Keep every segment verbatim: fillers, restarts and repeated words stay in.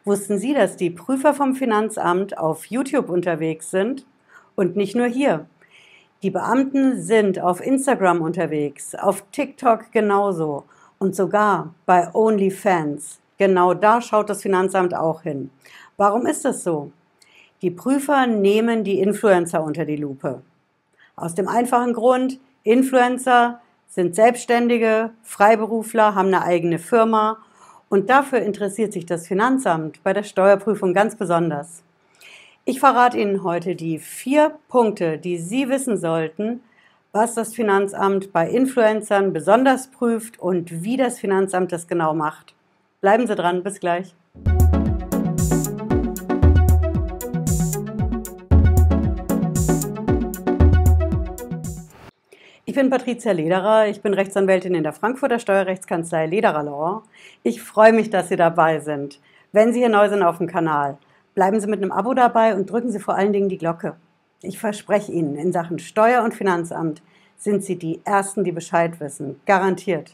Wussten Sie, dass die Prüfer vom Finanzamt auf YouTube unterwegs sind? Und nicht nur hier. Die Beamten sind auf Instagram unterwegs, auf TikTok genauso und sogar bei OnlyFans. Genau da schaut das Finanzamt auch hin. Warum ist das so? Die Prüfer nehmen die Influencer unter die Lupe. Aus dem einfachen Grund, Influencer sind Selbstständige, Freiberufler, haben eine eigene Firma und dafür interessiert sich das Finanzamt bei der Steuerprüfung ganz besonders. Ich verrate Ihnen heute die vier Punkte, die Sie wissen sollten, was das Finanzamt bei Influencern besonders prüft und wie das Finanzamt das genau macht. Bleiben Sie dran, bis gleich. Ich bin Patricia Lederer, ich bin Rechtsanwältin in der Frankfurter Steuerrechtskanzlei Lederer Law. Ich freue mich, dass Sie dabei sind. Wenn Sie hier neu sind auf dem Kanal, bleiben Sie mit einem Abo dabei und drücken Sie vor allen Dingen die Glocke. Ich verspreche Ihnen, in Sachen Steuer- und Finanzamt sind Sie die Ersten, die Bescheid wissen. Garantiert.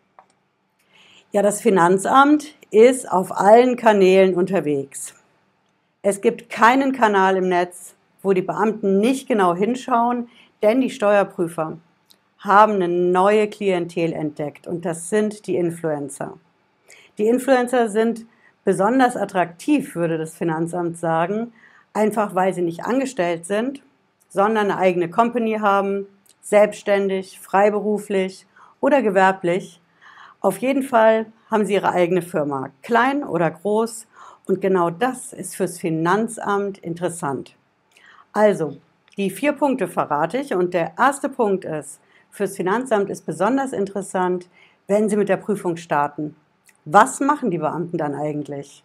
Ja, das Finanzamt ist auf allen Kanälen unterwegs. Es gibt keinen Kanal im Netz, wo die Beamten nicht genau hinschauen, denn die Steuerprüfer haben eine neue Klientel entdeckt und das sind die Influencer. Die Influencer sind besonders attraktiv, würde das Finanzamt sagen, einfach weil sie nicht angestellt sind, sondern eine eigene Company haben, selbstständig, freiberuflich oder gewerblich. Auf jeden Fall haben sie ihre eigene Firma, klein oder groß, und genau das ist fürs Finanzamt interessant. Also, die vier Punkte verrate ich und der erste Punkt ist, fürs Finanzamt ist besonders interessant, wenn Sie mit der Prüfung starten. Was machen die Beamten dann eigentlich?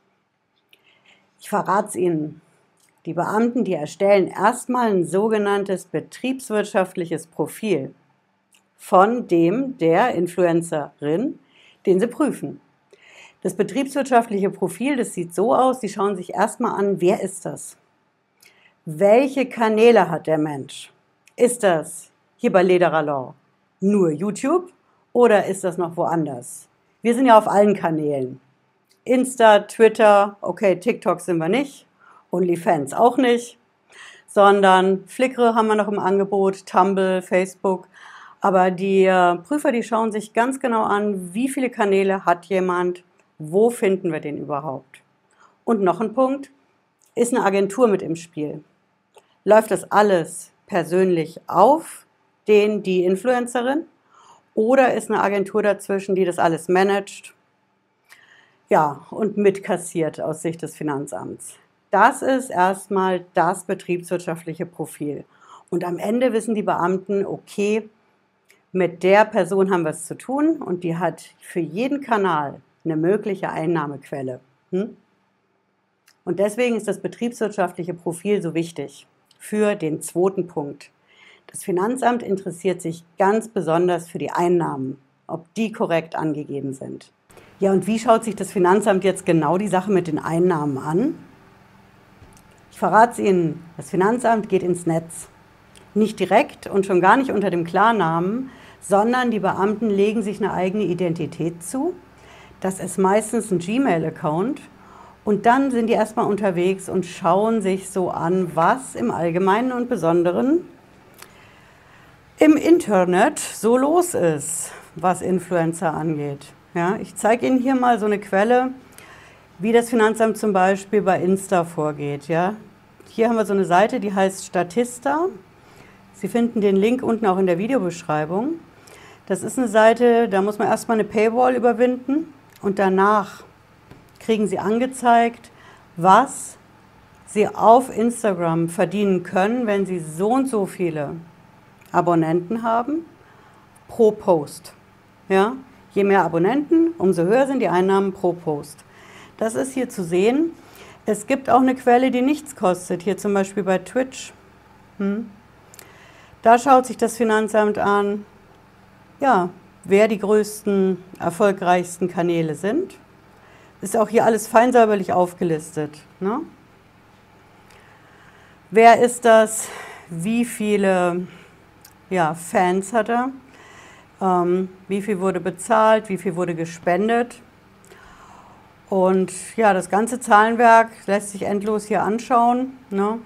Ich verrate es Ihnen. Die Beamten, die erstellen erstmal ein sogenanntes betriebswirtschaftliches Profil von dem, der Influencerin, den sie prüfen. Das betriebswirtschaftliche Profil, das sieht so aus, Sie schauen sich erstmal an, wer ist das? Welche Kanäle hat der Mensch? Ist das hier bei Lederer Law nur YouTube oder ist das noch woanders? Wir sind ja auf allen Kanälen. Insta, Twitter, okay, TikTok sind wir nicht, OnlyFans auch nicht, sondern Flickr haben wir noch im Angebot, Tumblr, Facebook. Aber die äh, Prüfer, die schauen sich ganz genau an, wie viele Kanäle hat jemand, wo finden wir den überhaupt? Und noch ein Punkt, ist eine Agentur mit im Spiel? Läuft das alles persönlich auf den, die Influencerin? Oder ist eine Agentur dazwischen, die das alles managt? Ja, und mitkassiert aus Sicht des Finanzamts. Das ist erstmal das betriebswirtschaftliche Profil. Und am Ende wissen die Beamten, okay, mit der Person haben wir es zu tun und die hat für jeden Kanal eine mögliche Einnahmequelle. Hm? Und deswegen ist das betriebswirtschaftliche Profil so wichtig für den zweiten Punkt. Das Finanzamt interessiert sich ganz besonders für die Einnahmen, ob die korrekt angegeben sind. Ja, und wie schaut sich das Finanzamt jetzt genau die Sache mit den Einnahmen an? Ich verrate es Ihnen, das Finanzamt geht ins Netz. Nicht direkt und schon gar nicht unter dem Klarnamen, sondern die Beamten legen sich eine eigene Identität zu. Das ist meistens ein Gmail-Account. Und dann sind die erstmal unterwegs und schauen sich so an, was im Allgemeinen und Besonderen im Internet so los ist, was Influencer angeht. Ja, ich zeige Ihnen hier mal so eine Quelle, wie das Finanzamt zum Beispiel bei Insta vorgeht. Ja. Hier haben wir so eine Seite, die heißt Statista. Sie finden den Link unten auch in der Videobeschreibung. Das ist eine Seite, da muss man erstmal eine Paywall überwinden und danach kriegen Sie angezeigt, was Sie auf Instagram verdienen können, wenn Sie so und so viele Abonnenten haben pro Post. Ja? Je mehr Abonnenten, umso höher sind die Einnahmen pro Post. Das ist hier zu sehen. Es gibt auch eine Quelle, die nichts kostet, hier zum Beispiel bei Twitch. Hm? Da schaut sich das Finanzamt an, ja, wer die größten, erfolgreichsten Kanäle sind. Ist auch hier alles fein säuberlich aufgelistet. Ne? Wer ist das? Wie viele ja, Fans hat er? Ähm, wie viel wurde bezahlt? Wie viel wurde gespendet? Und ja, das ganze Zahlenwerk lässt sich endlos hier anschauen, ne?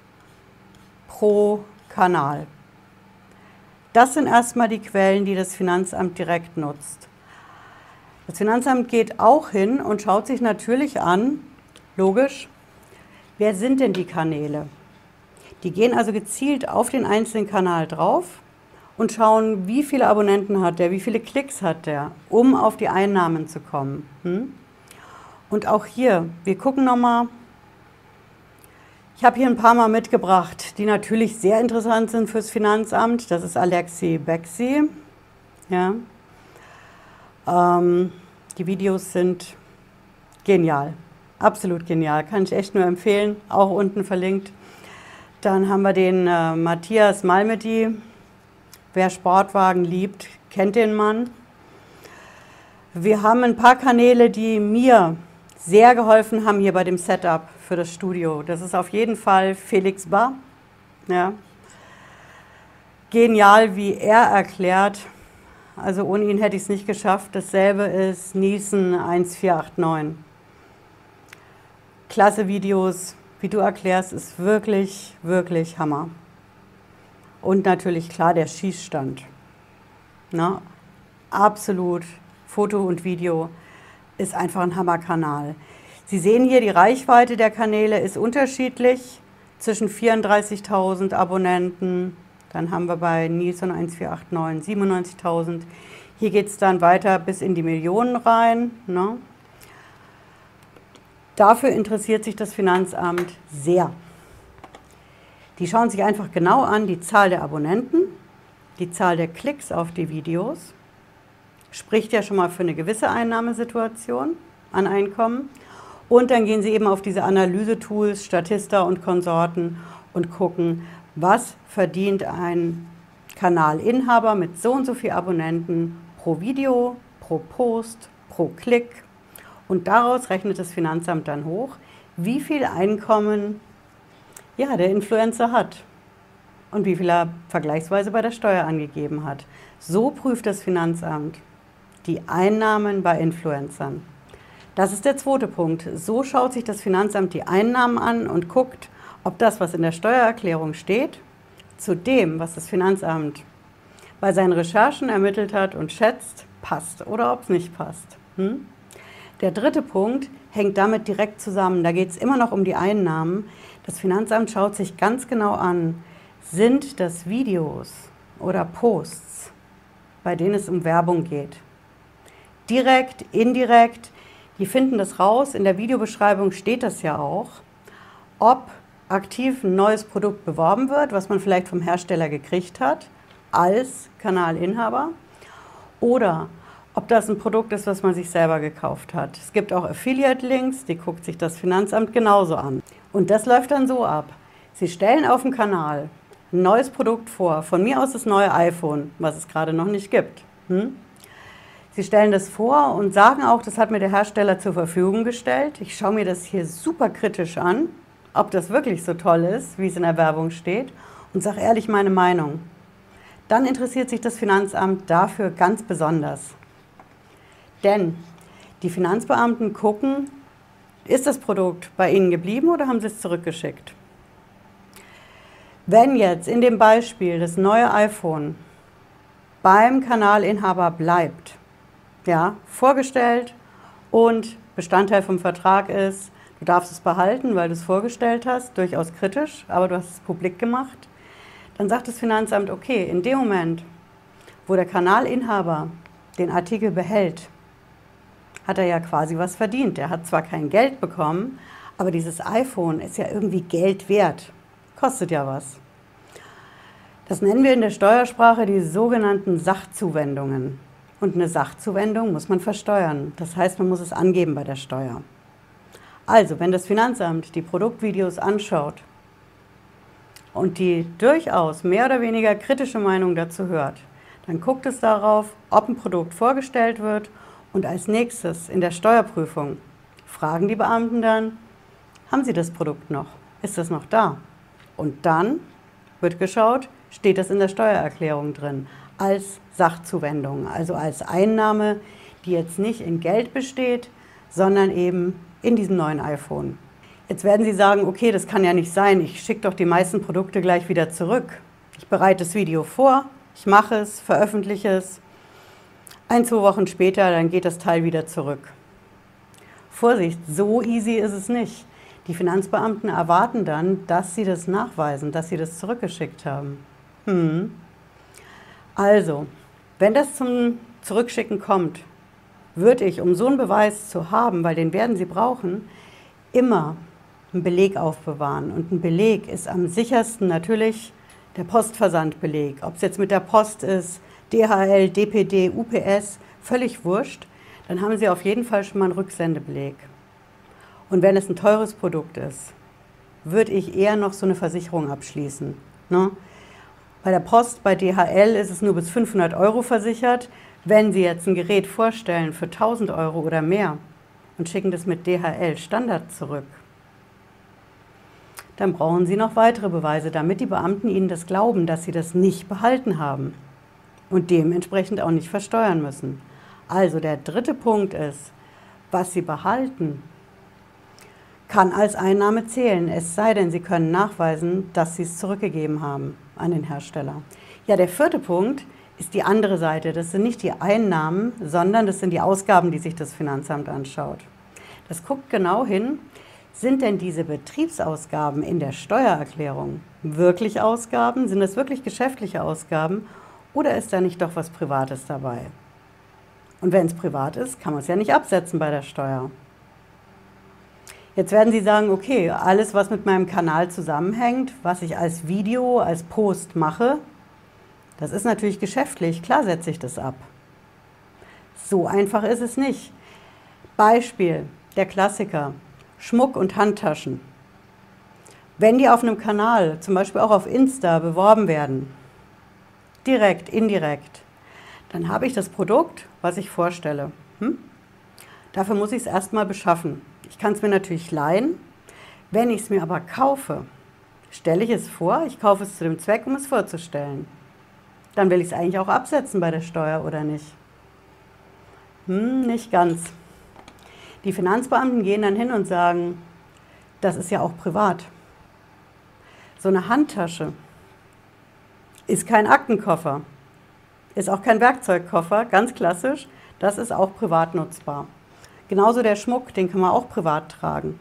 Pro Kanal. Das sind erstmal die Quellen, die das Finanzamt direkt nutzt. Das Finanzamt geht auch hin und schaut sich natürlich an, logisch, wer sind denn die Kanäle? Die gehen also gezielt auf den einzelnen Kanal drauf und schauen, wie viele Abonnenten hat der, wie viele Klicks hat der, um auf die Einnahmen zu kommen. Hm? Und auch hier, wir gucken nochmal, ich habe hier ein paar Mal mitgebracht, die natürlich sehr interessant sind fürs Finanzamt. Das ist Alexi Bexi. Ja. Ähm, die Videos sind genial, absolut genial, kann ich echt nur empfehlen, auch unten verlinkt. Dann haben wir den äh, Matthias Malmedy. Wer Sportwagen liebt, kennt den Mann. Wir haben ein paar Kanäle, die mir sehr geholfen haben hier bei dem Setup für das Studio. Das ist auf jeden Fall Felix Bar. Ja. Genial, wie er erklärt. Also ohne ihn hätte ich es nicht geschafft. Dasselbe ist Nielsen eins vier acht neun. Klasse Videos. Wie du erklärst, ist wirklich, wirklich Hammer. Und natürlich klar der Schießstand. Na, absolut. Foto und Video ist einfach ein Hammerkanal. Sie sehen hier, die Reichweite der Kanäle ist unterschiedlich. Zwischen vierunddreißigtausend Abonnenten, dann haben wir bei Nielsen eins vier acht neun siebenundneunzigtausend. Hier geht es dann weiter bis in die Millionen rein. Ne? Dafür interessiert sich das Finanzamt sehr. Die schauen sich einfach genau an, die Zahl der Abonnenten, die Zahl der Klicks auf die Videos, spricht ja schon mal für eine gewisse Einnahmesituation an Einkommen. Und dann gehen sie eben auf diese Analyse-Tools, Statista und Konsorten und gucken, was verdient ein Kanalinhaber mit so und so viel Abonnenten pro Video, pro Post, pro Klick. Und daraus rechnet das Finanzamt dann hoch, wie viel Einkommen ja, der Influencer hat und wie viel er vergleichsweise bei der Steuer angegeben hat. So prüft das Finanzamt die Einnahmen bei Influencern. Das ist der zweite Punkt. So schaut sich das Finanzamt die Einnahmen an und guckt, ob das, was in der Steuererklärung steht, zu dem, was das Finanzamt bei seinen Recherchen ermittelt hat und schätzt, passt oder ob es nicht passt. Hm? Der dritte Punkt hängt damit direkt zusammen. Da geht es immer noch um die Einnahmen. Das Finanzamt schaut sich ganz genau an, sind das Videos oder Posts, bei denen es um Werbung geht. Direkt, indirekt, die finden das raus. In der Videobeschreibung steht das ja auch, ob aktiv ein neues Produkt beworben wird, was man vielleicht vom Hersteller gekriegt hat, als Kanalinhaber, oder ob das ein Produkt ist, was man sich selber gekauft hat. Es gibt auch Affiliate-Links, die guckt sich das Finanzamt genauso an. Und das läuft dann so ab. Sie stellen auf dem Kanal ein neues Produkt vor, von mir aus das neue iPhone, was es gerade noch nicht gibt. Hm? Sie stellen das vor und sagen auch, das hat mir der Hersteller zur Verfügung gestellt. Ich schaue mir das hier super kritisch an, ob das wirklich so toll ist, wie es in der Werbung steht, und sage ehrlich meine Meinung. Dann interessiert sich das Finanzamt dafür ganz besonders. Denn die Finanzbeamten gucken, ist das Produkt bei Ihnen geblieben oder haben Sie es zurückgeschickt? Wenn jetzt in dem Beispiel das neue iPhone beim Kanalinhaber bleibt, ja, vorgestellt und Bestandteil vom Vertrag ist, du darfst es behalten, weil du es vorgestellt hast, durchaus kritisch, aber du hast es publik gemacht, dann sagt das Finanzamt, okay, in dem Moment, wo der Kanalinhaber den Artikel behält, hat er ja quasi was verdient. Er hat zwar kein Geld bekommen, aber dieses iPhone ist ja irgendwie Geld wert. Kostet ja was. Das nennen wir in der Steuersprache die sogenannten Sachzuwendungen. Und eine Sachzuwendung muss man versteuern. Das heißt, man muss es angeben bei der Steuer. Also, wenn das Finanzamt die Produktvideos anschaut und die durchaus mehr oder weniger kritische Meinung dazu hört, dann guckt es darauf, ob ein Produkt vorgestellt wird. Und als nächstes in der Steuerprüfung fragen die Beamten dann, haben Sie das Produkt noch? Ist das noch da? Und dann wird geschaut, steht das in der Steuererklärung drin, als Sachzuwendung, also als Einnahme, die jetzt nicht in Geld besteht, sondern eben in diesem neuen iPhone. Jetzt werden Sie sagen, okay, das kann ja nicht sein, ich schicke doch die meisten Produkte gleich wieder zurück. Ich bereite das Video vor, ich mache es, veröffentliche es. Ein, zwei Wochen später, dann geht das Teil wieder zurück. Vorsicht, so easy ist es nicht. Die Finanzbeamten erwarten dann, dass Sie das nachweisen, dass Sie das zurückgeschickt haben. Hm. Also, wenn das zum Zurückschicken kommt, würde ich, um so einen Beweis zu haben, weil den werden Sie brauchen, immer einen Beleg aufbewahren. Und ein Beleg ist am sichersten natürlich der Postversandbeleg. Ob es jetzt mit der Post ist, D H L, D P D, U P S, völlig wurscht. Dann haben Sie auf jeden Fall schon mal einen Rücksendebeleg. Und wenn es ein teures Produkt ist, würde ich eher noch so eine Versicherung abschließen. Ne? Bei der Post, bei D H L ist es nur bis fünfhundert Euro versichert. Wenn Sie jetzt ein Gerät vorstellen für tausend Euro oder mehr und schicken das mit D H L Standard zurück, dann brauchen Sie noch weitere Beweise, damit die Beamten Ihnen das glauben, dass Sie das nicht behalten haben und dementsprechend auch nicht versteuern müssen. Also der dritte Punkt ist, was Sie behalten, kann als Einnahme zählen, es sei denn, Sie können nachweisen, dass Sie es zurückgegeben haben an den Hersteller. Ja, der vierte Punkt ist die andere Seite. Das sind nicht die Einnahmen, sondern das sind die Ausgaben, die sich das Finanzamt anschaut. Das guckt genau hin, sind denn diese Betriebsausgaben in der Steuererklärung wirklich Ausgaben? Sind das wirklich geschäftliche Ausgaben oder ist da nicht doch was Privates dabei? Und wenn es privat ist, kann man es ja nicht absetzen bei der Steuer. Jetzt werden Sie sagen, okay, alles, was mit meinem Kanal zusammenhängt, was ich als Video, als Post mache, das ist natürlich geschäftlich, klar setze ich das ab. So einfach ist es nicht. Beispiel, der Klassiker, Schmuck und Handtaschen. Wenn die auf einem Kanal, zum Beispiel auch auf Insta, beworben werden, direkt, indirekt, dann habe ich das Produkt, was ich vorstelle. Hm? Dafür muss ich es erstmal beschaffen. Ich kann es mir natürlich leihen. Wenn ich es mir aber kaufe, stelle ich es vor, ich kaufe es zu dem Zweck, um es vorzustellen. Dann will ich es eigentlich auch absetzen bei der Steuer, oder nicht? Hm, nicht ganz. Die Finanzbeamten gehen dann hin und sagen, das ist ja auch privat. So eine Handtasche ist kein Aktenkoffer, ist auch kein Werkzeugkoffer, ganz klassisch, das ist auch privat nutzbar. Genauso der Schmuck, den kann man auch privat tragen.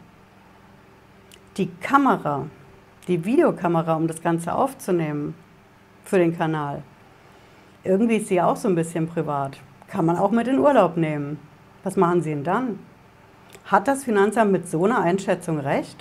Die Kamera, die Videokamera, um das Ganze aufzunehmen für den Kanal, irgendwie ist sie ja auch so ein bisschen privat. Kann man auch mit in Urlaub nehmen. Was machen Sie denn dann? Hat das Finanzamt mit so einer Einschätzung recht?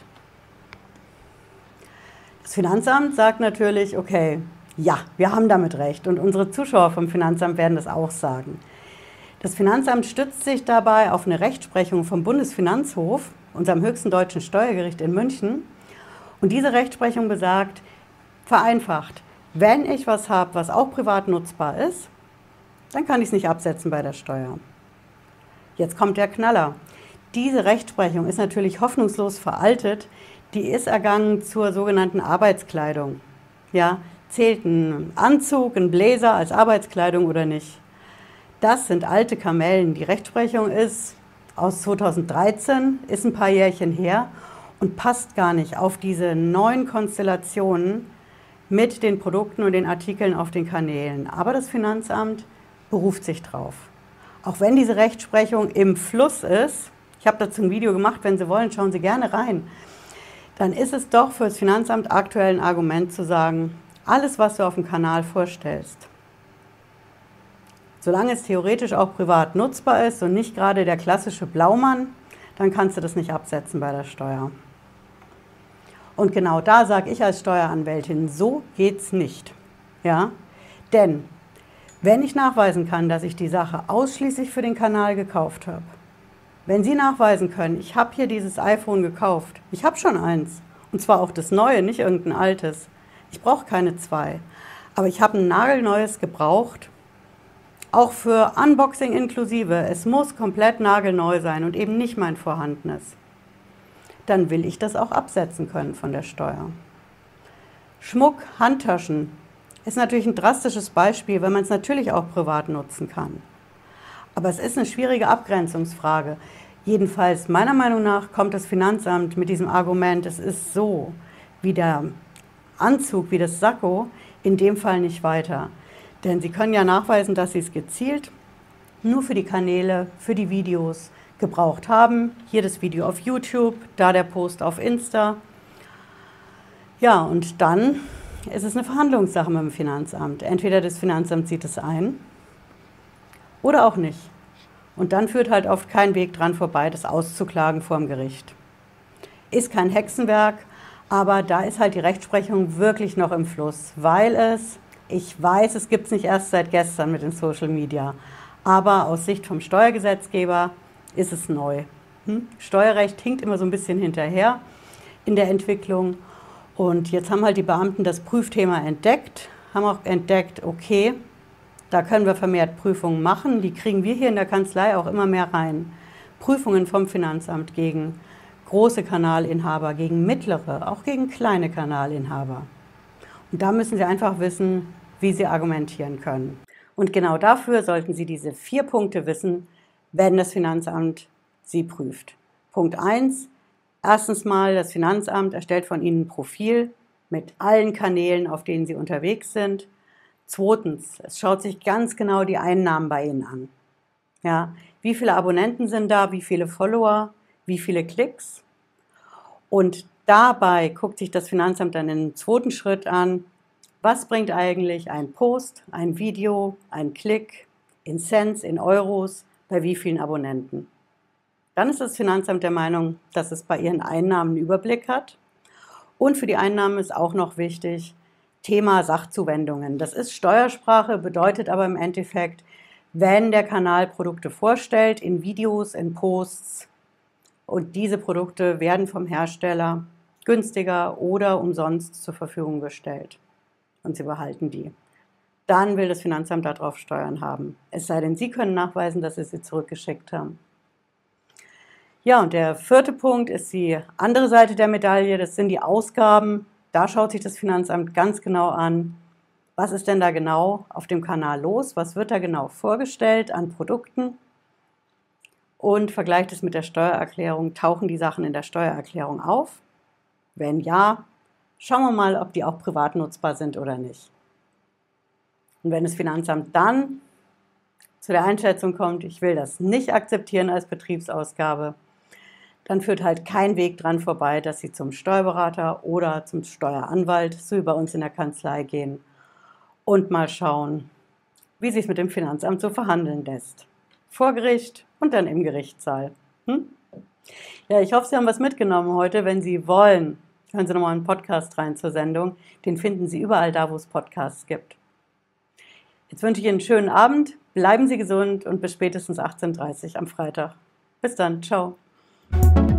Das Finanzamt sagt natürlich, okay, ja, wir haben damit recht und unsere Zuschauer vom Finanzamt werden das auch sagen. Das Finanzamt stützt sich dabei auf eine Rechtsprechung vom Bundesfinanzhof, unserem höchsten deutschen Steuergericht in München. Und diese Rechtsprechung besagt, vereinfacht, wenn ich was habe, was auch privat nutzbar ist, dann kann ich es nicht absetzen bei der Steuer. Jetzt kommt der Knaller. Diese Rechtsprechung ist natürlich hoffnungslos veraltet. Die ist ergangen zur sogenannten Arbeitskleidung. Ja, zählt ein Anzug, ein Bläser als Arbeitskleidung oder nicht? Das sind alte Kamellen. Die Rechtsprechung ist aus zweitausenddreizehn, ist ein paar Jährchen her und passt gar nicht auf diese neuen Konstellationen mit den Produkten und den Artikeln auf den Kanälen. Aber das Finanzamt beruft sich drauf. Auch wenn diese Rechtsprechung im Fluss ist, ich habe dazu ein Video gemacht, wenn Sie wollen, schauen Sie gerne rein, dann ist es doch für das Finanzamt aktuell ein Argument zu sagen, alles, was du auf dem Kanal vorstellst, solange es theoretisch auch privat nutzbar ist und nicht gerade der klassische Blaumann, dann kannst du das nicht absetzen bei der Steuer. Und genau da sage ich als Steueranwältin, so geht's nicht. Ja? Denn wenn ich nachweisen kann, dass ich die Sache ausschließlich für den Kanal gekauft habe, wenn Sie nachweisen können, ich habe hier dieses iPhone gekauft, ich habe schon eins, und zwar auch das neue, nicht irgendein altes, ich brauche keine zwei, aber ich habe ein nagelneues gebraucht, auch für Unboxing inklusive, es muss komplett nagelneu sein und eben nicht mein vorhandenes, dann will ich das auch absetzen können von der Steuer. Schmuck, Handtaschen ist natürlich ein drastisches Beispiel, weil man es natürlich auch privat nutzen kann. Aber es ist eine schwierige Abgrenzungsfrage. Jedenfalls meiner Meinung nach kommt das Finanzamt mit diesem Argument, es ist so, wie der Anzug, wie das Sakko, in dem Fall nicht weiter. Denn sie können ja nachweisen, dass sie es gezielt nur für die Kanäle, für die Videos gebraucht haben. Hier das Video auf YouTube, da der Post auf Insta. Ja, und dann ist es eine Verhandlungssache mit dem Finanzamt. Entweder das Finanzamt sieht es ein oder auch nicht. Und dann führt halt oft kein Weg dran vorbei, das auszuklagen vor dem Gericht. Ist kein Hexenwerk, aber da ist halt die Rechtsprechung wirklich noch im Fluss, weil es, ich weiß, es gibt es nicht erst seit gestern mit den Social Media, aber aus Sicht vom Steuergesetzgeber ist es neu. Hm? Steuerrecht hinkt immer so ein bisschen hinterher in der Entwicklung. Und jetzt haben halt die Beamten das Prüfthema entdeckt, haben auch entdeckt, okay, da können wir vermehrt Prüfungen machen. Die kriegen wir hier in der Kanzlei auch immer mehr rein. Prüfungen vom Finanzamt gegen große Kanalinhaber, gegen mittlere, auch gegen kleine Kanalinhaber. Und da müssen Sie einfach wissen, wie Sie argumentieren können. Und genau dafür sollten Sie diese vier Punkte wissen, wenn das Finanzamt Sie prüft. Punkt eins. Erstens mal, das Finanzamt erstellt von Ihnen ein Profil mit allen Kanälen, auf denen Sie unterwegs sind. Zweitens, es schaut sich ganz genau die Einnahmen bei Ihnen an. Ja, wie viele Abonnenten sind da, wie viele Follower, wie viele Klicks. Und dabei guckt sich das Finanzamt dann im zweiten Schritt an, was bringt eigentlich ein Post, ein Video, ein Klick in Cents, in Euros, bei wie vielen Abonnenten. Dann ist das Finanzamt der Meinung, dass es bei ihren Einnahmen einen Überblick hat. Und für die Einnahmen ist auch noch wichtig, Thema Sachzuwendungen. Das ist Steuersprache, bedeutet aber im Endeffekt, wenn der Kanal Produkte vorstellt, in Videos, in Posts, und diese Produkte werden vom Hersteller günstiger oder umsonst zur Verfügung gestellt. Und Sie behalten die. Dann will das Finanzamt darauf Steuern haben. Es sei denn, Sie können nachweisen, dass Sie sie zurückgeschickt haben. Ja, und der vierte Punkt ist die andere Seite der Medaille, das sind die Ausgaben. Da schaut sich das Finanzamt ganz genau an, was ist denn da genau auf dem Kanal los, was wird da genau vorgestellt an Produkten und vergleicht es mit der Steuererklärung. Tauchen die Sachen in der Steuererklärung auf? Wenn ja, schauen wir mal, ob die auch privat nutzbar sind oder nicht. Und wenn das Finanzamt dann zu der Einschätzung kommt, ich will das nicht akzeptieren als Betriebsausgabe, dann führt halt kein Weg dran vorbei, dass Sie zum Steuerberater oder zum Steueranwalt, so wie bei uns in der Kanzlei, gehen und mal schauen, wie sich es mit dem Finanzamt so verhandeln lässt. Vor Gericht und dann im Gerichtssaal. Hm? Ja, ich hoffe, Sie haben was mitgenommen heute. Wenn Sie wollen, hören Sie nochmal einen Podcast rein zur Sendung. Den finden Sie überall da, wo es Podcasts gibt. Jetzt wünsche ich Ihnen einen schönen Abend, bleiben Sie gesund und bis spätestens achtzehn Uhr dreißig am Freitag. Bis dann, ciao.